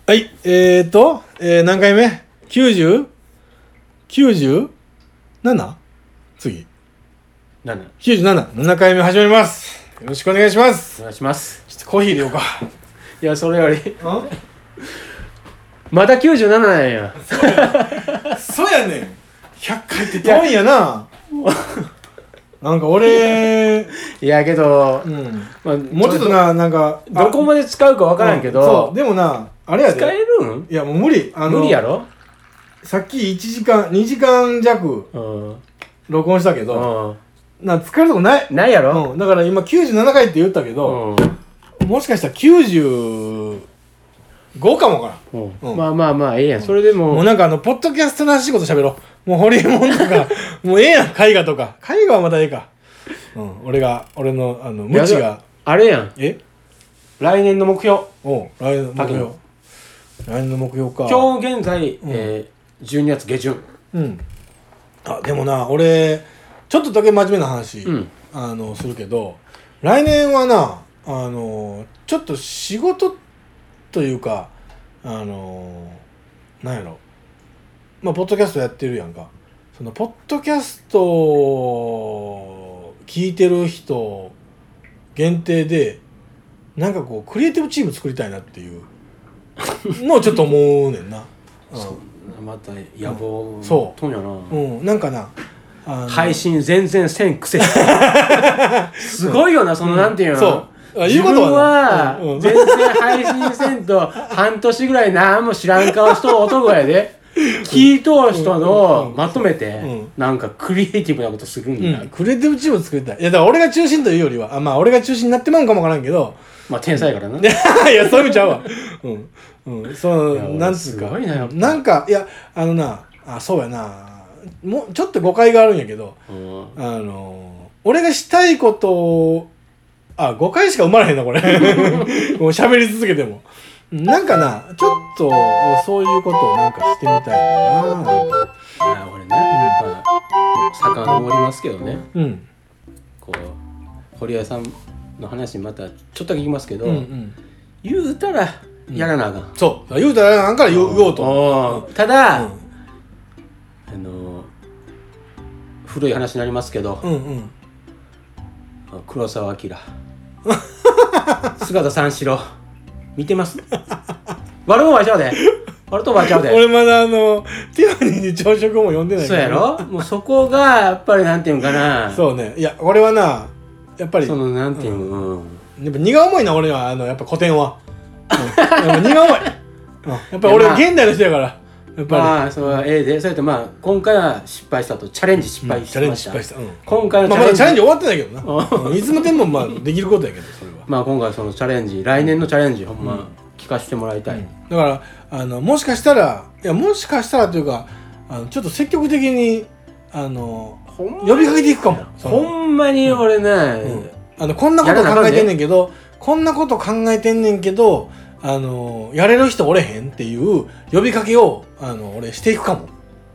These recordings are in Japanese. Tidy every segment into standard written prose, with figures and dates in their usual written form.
はい、何回目 ?90?97? 次。7回目始まります。よろしくお願いします。 お願いします。 ちょっとコーヒー入れようか。 いや、それよりまだ97なんや。 そうやねん。100回って遠いんやな。なんか俺いやけど、 まあ、もうちょっとなんかどこまで使うかわからんけど、 そうでもなあれやで使えるん？ いやもう無理無理やろ？ さっき1時間2時間弱録音したけど、疲れるとこないやろ？ だから今97回って言ったけど、もしかしたら95かもかな。 まあええやん。それでももうなんかポッドキャストらしいこと喋ろう。もうホリエモンとかもうええやん。絵画とか絵画はまたええか。俺の無知があれやん。 来年の目標。 来年の目標か。 今日現在、12月下旬。 でもな俺ちょっとだけ真面目な話、するけど、来年はなちょっと仕事というかなんやろ、まあポッドキャストやってるやんか。そのポッドキャストを聞いてる人限定でなんかこうクリエイティブチーム作りたいなっていうのをちょっと思うねんな。 また野望そうとんやな。 なんかな配信全然せんくせすごいよな、そのなんていうの。 そう自分は全然配信せんと半年ぐらい何も知らん顔しとる男やで。聞いとる人のまとめてなんかクリエイティブなことするんだ。 クリエイティブチーム作りたい。いやだから俺が中心というよりはまあ俺が中心になってまうんかもわからんけど、 まあ天才やからな。いやそういう意味ちゃうわ。そうなんつうかなんかいやそうやな、もうちょっと誤解があるんやけど、俺がしたいことを誤解しか生まれへんなこれ。もう喋り続けてもなんかなちょっとそういうことをなんかしてみたいな。なんか俺ね、遡りますけどね、こう堀江さんの話またちょっとだけ聞きますけど、言うたらやらなあかん。 そう言うたらやらなあかんから言おうと。ただ、 古い話になりますけど、黒澤明姿三四郎見てます？悪とばちゃうで。悪とばちゃうで。 俺まだティファニーに朝食も読んでないから。そうやろ？もうそこがやっぱりなんていうんかな。 そうね。いや俺はなやっぱりそのなんていうの、 やっぱ荷が重いな俺はやっぱ古典は。荷が重い。やっぱり俺現代の人やから。やっぱりまあそうでそれと今回は失敗したとチャレンジ失敗しました。今回のまだチャレンジ終わってないけどな。いつもでもできることやけどそれは。 今回そのチャレンジ、来年のチャレンジほんま聞かせてもらいたい。 だからもしかしたらというかちょっと積極的に呼びかけていくかも。 ほんまに俺ね、 こんなこと考えてんねんけどやれる人おれへんっていう呼びかけを俺していくかも。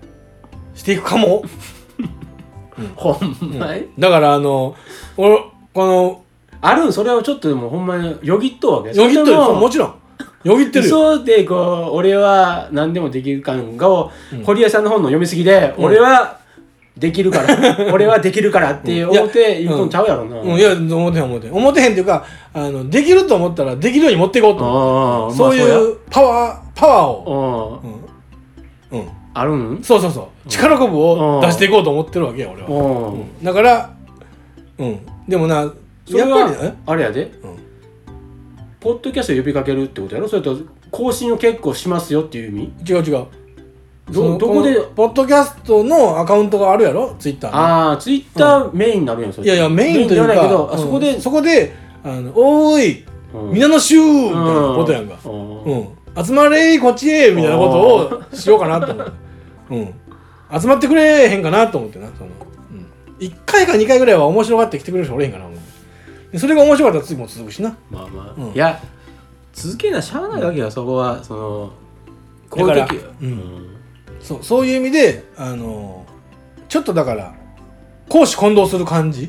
ほんまに。 だから俺あるん、それをちょっとでもほんまによぎっとるわけ。 よぎっとるよ。もちろんよぎってるよ。 そうで俺は何でもできる感が堀江さんの本の読みすぎで、俺はできるから俺はできるからって思って言うとんちゃうやろな。 いや思ってへんっていうかできると思ったらできるように持っていこうと。そういうパワーをあるん。 そう力こぶを出していこうと思ってるわけや俺は。だからでもなそれはあれやで、ポッドキャスト呼びかけるってことやろ。それと更新を結構しますよっていう意味。 違うどこでポッドキャストのアカウントがあるやろ、ツイッター。 ツイッターメインになるやん。それいやメインというかそこでおーい皆の衆みたいなことやんか。集まれこっちへみたいなことをしようかなと思って。集まってくれへんかなと思ってな。1回か2回ぐらいは面白がってきてくれる人おれへんかな思って。それが面白かったら次も続くしな。 いや続けなしゃあないわけよ。そこはこういう時そういう意味でちょっとだから公私混同する感じ。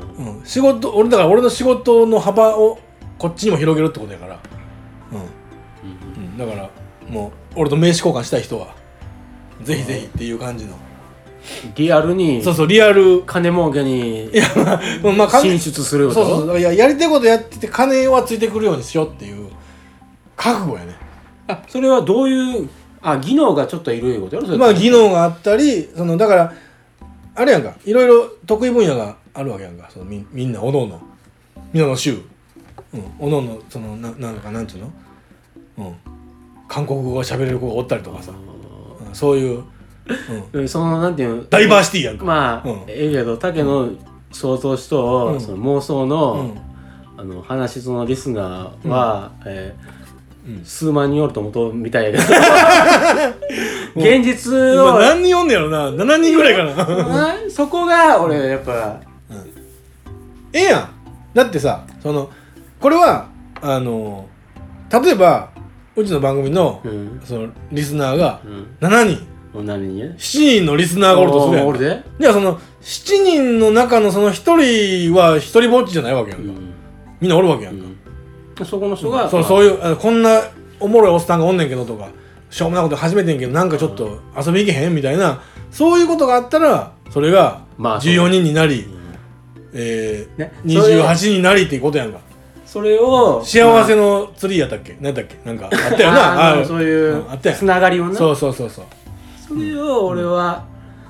俺の仕事の幅をこっちにも広げるってことやから。 だからもう俺と名刺交換したい人はぜひぜひっていう感じのリアルにそうリアル金儲けにいやまあ進出するよとそうやりたいことやってて金はついてくるようにしようっていう覚悟やね。 それはどういう技能がちょっといるいうことやろ。 まあ技能があったりだからあれやんかいろいろ得意分野があるわけやんかみんなおのおのみんなの州おのおのなんていうの韓国語が喋れる子がおったりとかさそういうなんていうダイバーシティやんかまあええけど竹の想像しとその妄想の話そのリスナーは数万人おると思うみたいやけど現実を今何人おんねやろな7人ぐらいかなそこが俺やっぱええやんだってさこれは例えばうちの番組のそのリスナーが7人7人のリスナーがおるとするやんか。じゃあ7人の中のその1人は一人ぼっちじゃないわけやんか、みんなおるわけやんか、 そこの人がそういうこんなおもろいおっさんがおんねんけどとかしょうもないこと始めてんけどなんかちょっと遊び行けへんみたいなそういうことがあったらそれが14人になり、28人になりっていうことやんか。 それを幸せのツリーやったっけ何だっけなんかあったよなそういうつながりをねそうそれを俺は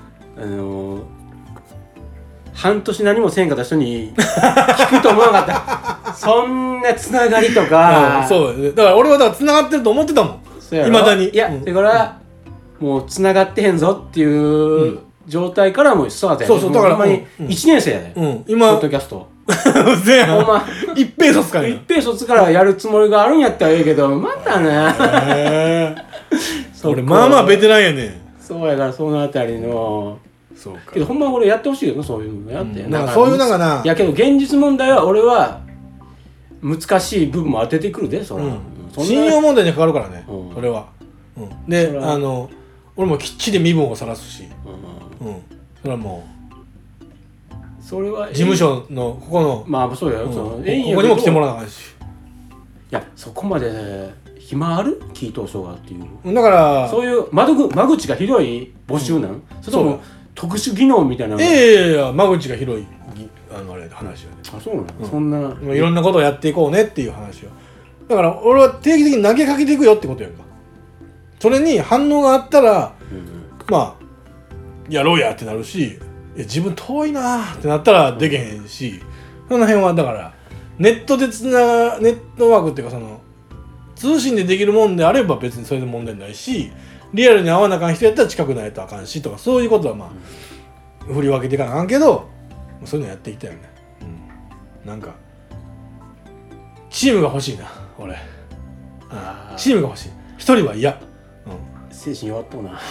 半年何もせんかった人に聞くと思わなかったそんなつながりとかそうだから俺はつながってると思ってたもんいまだに。 いやだからもうつながってへんぞっていう状態からもスタートやね。 そうだからほんまに1年生やね今ポッドキャストせやん一平卒から一平卒からやるつもりがあるんやったらええけどまたね俺まあまあベテランやねん。 そうやからそのあたりのそうかけどほんま俺やってほしいよなそういうのやってなんかそういうなんかないやけど現実問題は俺は難しい部分も当ててくるでそら信用問題にかかるからねそれはで俺もきっちり身分を晒すしそれはもうそれは事務所のここのまあそうやよここにも来てもらわなあかんしいやそこまで暇あるキートーショーがっていうだからそういう間口が広い募集なんそれとも特殊技能みたいなのいや間口が広いあれ話よね。 そうなのそんないろんなことをやっていこうねっていう話をだから俺は定期的に投げかけていくよってことやんか。それに反応があったらまあやろうやってなるし自分遠いなーってなったらできへんしその辺はだからネットワークっていうか通信でできるもんであれば別にそれで問題ないしリアルに会わなあかん人やったら近くないとあかんしとかそういうことはまあ振り分けていかなあかんけどそういうのやっていきたいよね、なんかチームが欲しいな俺チームが欲しい一人は嫌、 精神弱っとうな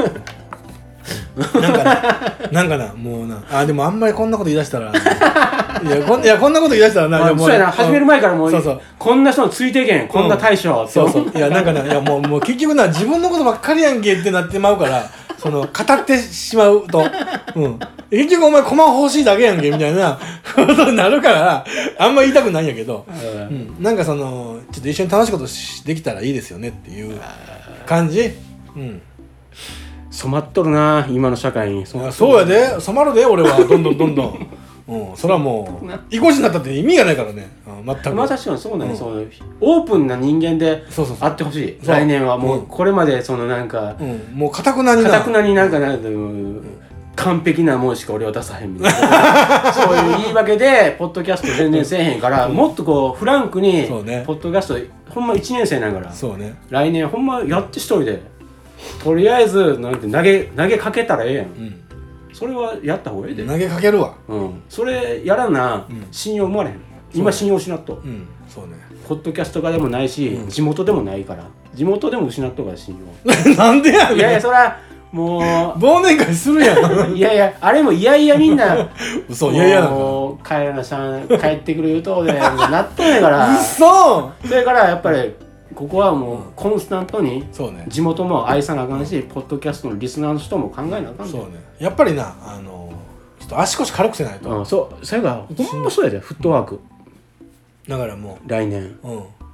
なんかなもうなでもあんまりこんなこと言い出したらいやこんなこと言い出したらなそうやな始める前からもうこんな人のついていけんこんな大将いやなんかないやもう結局自分のことばっかりやんけってなってまうから語ってしまうと、結局お前コマ欲しいだけやんけみたいなことになるからあんま言いたくないんやけど、なんかちょっと一緒に楽しいことできたらいいですよねっていう感じ。 染まっとるな今の社会に。 そうやで染まるで俺はどんどんそれはもう意固地になったって意味がないからね、全く。 まあ確かにそうなんです、オープンな人間であってほしい。来年はもうこれまでなんかもう堅くなになんか完璧なもんしか俺は出さへんみたいなそういう言い訳でポッドキャスト全然せえへんからもっとこうフランクにポッドキャストほんま1年生なんから来年ほんまやって一人でとりあえずなんて投げかけたらええやん、それはやった方がいいで。 投げかけるわ、 それやらな、信用生まれへん。今信用失っと、 そうね。 ポッドキャストがでもないし、地元でもないから地元でも失っとから信用なんでやねん。 いやそらもう忘年会するやんいやあれもいやみんな嘘いやもう帰らなさん帰ってくる言うとでなっとんやから嘘それからやっぱりここはもうコンスタントに地元も愛さなあかんし、ポッドキャストのリスナーの人も考えなあかんね。 そうね。やっぱりなちょっと足腰軽くせないと。 それがほんまそうやでフットワーク。 だからもう来年違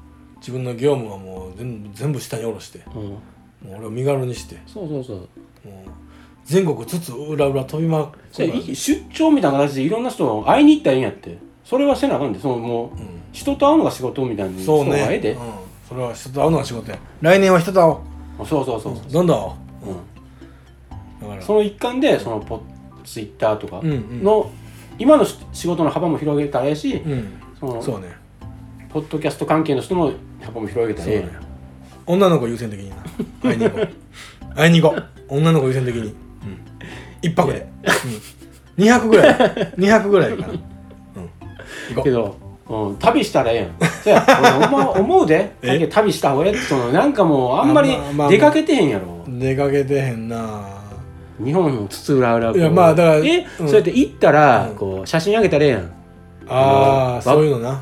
自分の業務はもう全部下に下ろして、もう俺を身軽にして、 そうもう全国津々浦々飛び回って出張みたいな形でいろんな人会いに行ったらいいんやって。それはせなあかんで、もう、人と会うのが仕事みたいにそうね、 ええで、 それは人と会うのが仕事や。来年は人と会おう。 そうどんどん会おう。 だからその一環でそのツイッターとかの、今の仕事の幅も広げたらええし、 そうね、 ポッドキャスト関係の人の幅も広げたらええやん。 女の子優先的にな会いに行こう女の子優先的に、1泊で、2泊ぐらいかな、 けど、旅したらええやん。そや俺思うで旅した方がええって。なんかもうあんまり出かけてへんやろ。 出かけてへんな。 日本の津々浦々。 いやまあだからそうやって行ったらこう写真あげたらええやん。 そういうのな。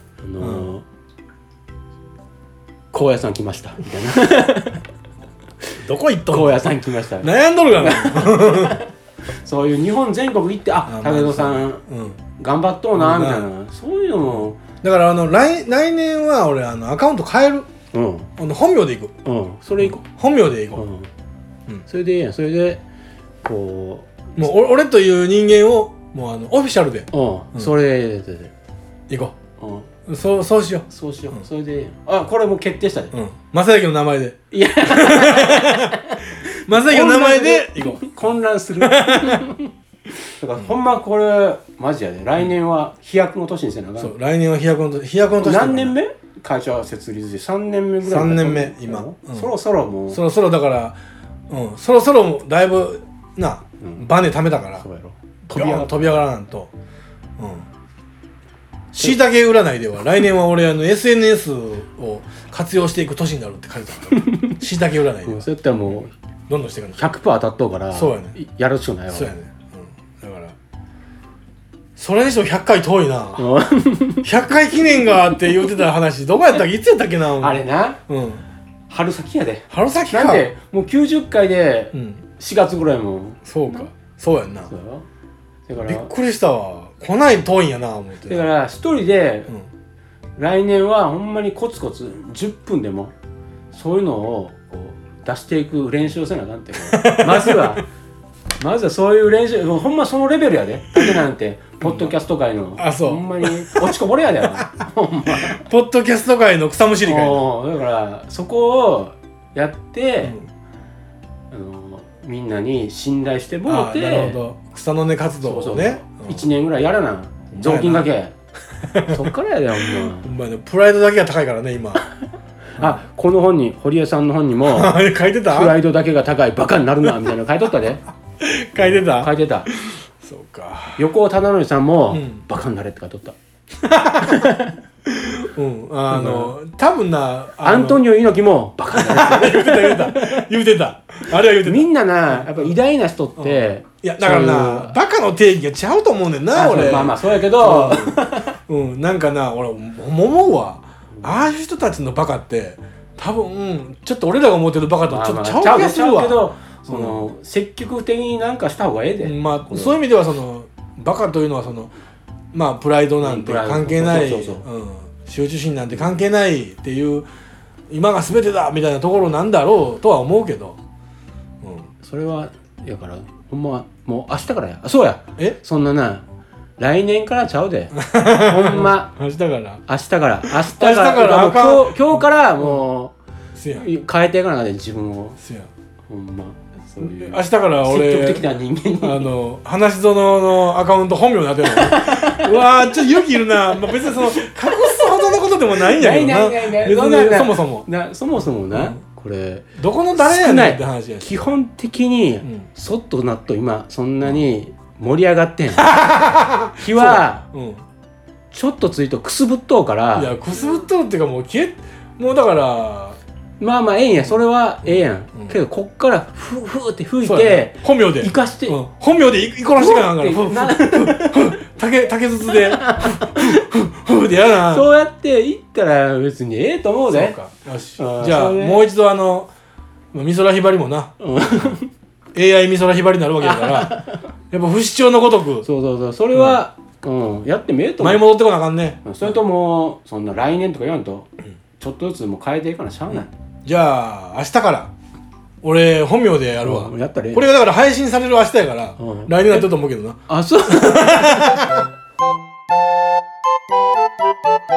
高野山来ましたみたいな。 どこ行っとんの。 高野山来ました。 悩んどるがな。 そういう日本全国行って、武戸さん頑張っとうなみたいな、そういうのも。 だから来年は俺アカウント変える。本名で行く。 それ行こう。 本名で行こう。 それでいいやん。それでこうもう俺という人間をもうオフィシャルで。 それで行こう。そうしよう。 それでいいやん。これもう決定したで。 正行の名前で。いや。正行の名前で行こう。 混乱する。だからほんまこれマジやで。来年は飛躍の年にせなあかん。 そう、来年は飛躍の年。 何年目？会社設立で3年目ぐらい。 3年目今。 そろそろもう。 そろそろだから、そろそろだいぶなバネ貯めたから。そうやろ。飛び上がらなんと。しいたけ占いでは来年は俺SNS を活用していく年になるって書いてたから。しいたけ占いでは。 そうやったらもうどんどんしていかない。 100% 当たっとうから。 そうやね。 やるしかないわ。 そうやね。だからそれにしても100回遠いな。100回記念がって言ってた話どこやったっけ、いつやったっけな。 あれな。春先やで。 春先か。 なんでもう90回で4月ぐらいも。 そうか。そうやんな。 そうやろ。だからびっくりしたわ。来ない遠いんやな思って。 だから一人で来年はほんまにコツコツ10分でもそういうのをこう出していく練習をせなあかんって。まずはそういう練習。ほんまそのレベルやで。だけなんてポッドキャスト界のほんまに落ちこぼれやで。ほんまポッドキャスト界の草むしり界。 だからそこをやって、みんなに信頼してもらって。 なるほど。草の根活動をね。 1年ぐらいやらな。雑巾がけ。そっからやでほんま。 プライドだけが高いからね今。 この本に堀江さんの本にも書いてた。 プライドだけが高いバカになるなみたいなの書いとったで。 書いてた。 そうか。横尾忠則さんもバカになれって書いとった。 多分なアントニオ猪木もバカになれって言うてた。あれは言うてた。 みんななやっぱ偉大な人っていやだからなバカの定義がちゃうと思うねんな俺。 まあそうやけどなんかな俺思うわ。ああいう人たちのバカって多分ちょっと俺らが思ってるバカとちょっとちゃう気がするわ。 けど積極的になんかした方がええで。 そういう意味ではバカというのはプライドなんて関係ない、羞恥心なんて関係ないっていう今が全てだみたいなところなんだろうとは思うけど、 それはやからほんまもう明日からや。そうや。そんなな来年からちゃうで。ほんま。 明日から今日からもう変えていかなきゃ自分を。ほんま。 明日から俺積極的な人間に話し園のアカウント本名になってるの。うわーちょっと勇気いるな。別に隠すほどのことでもないんやけどな。別にそもそもなこれどこの誰やねんって話やし。 基本的にそっとなっと今そんなに盛り上がってん。日はちょっとついとくすぶっとうから。 いやくすぶっとうっていうかもうだからまあええんや。それはええやん。けどこっからふーって吹いて本名で生かして本名でいこらしてかなんから竹筒でふでやな。 そうやっていったら別にええと思うで。 よしじゃあもう一度美空ひばりもな AI 美空ひばりになるわけだからやっぱ不死鳥のごとくそうそれはやってもええと思う。 前戻ってこなあかんね。 それともそんな来年とか言わんとちょっとずつもう変えていかなしゃあない、 じゃあ明日から俺本名でやるわ、 やったらこれがだから配信される明日やから、来年だったと思うけどな。 あ、そう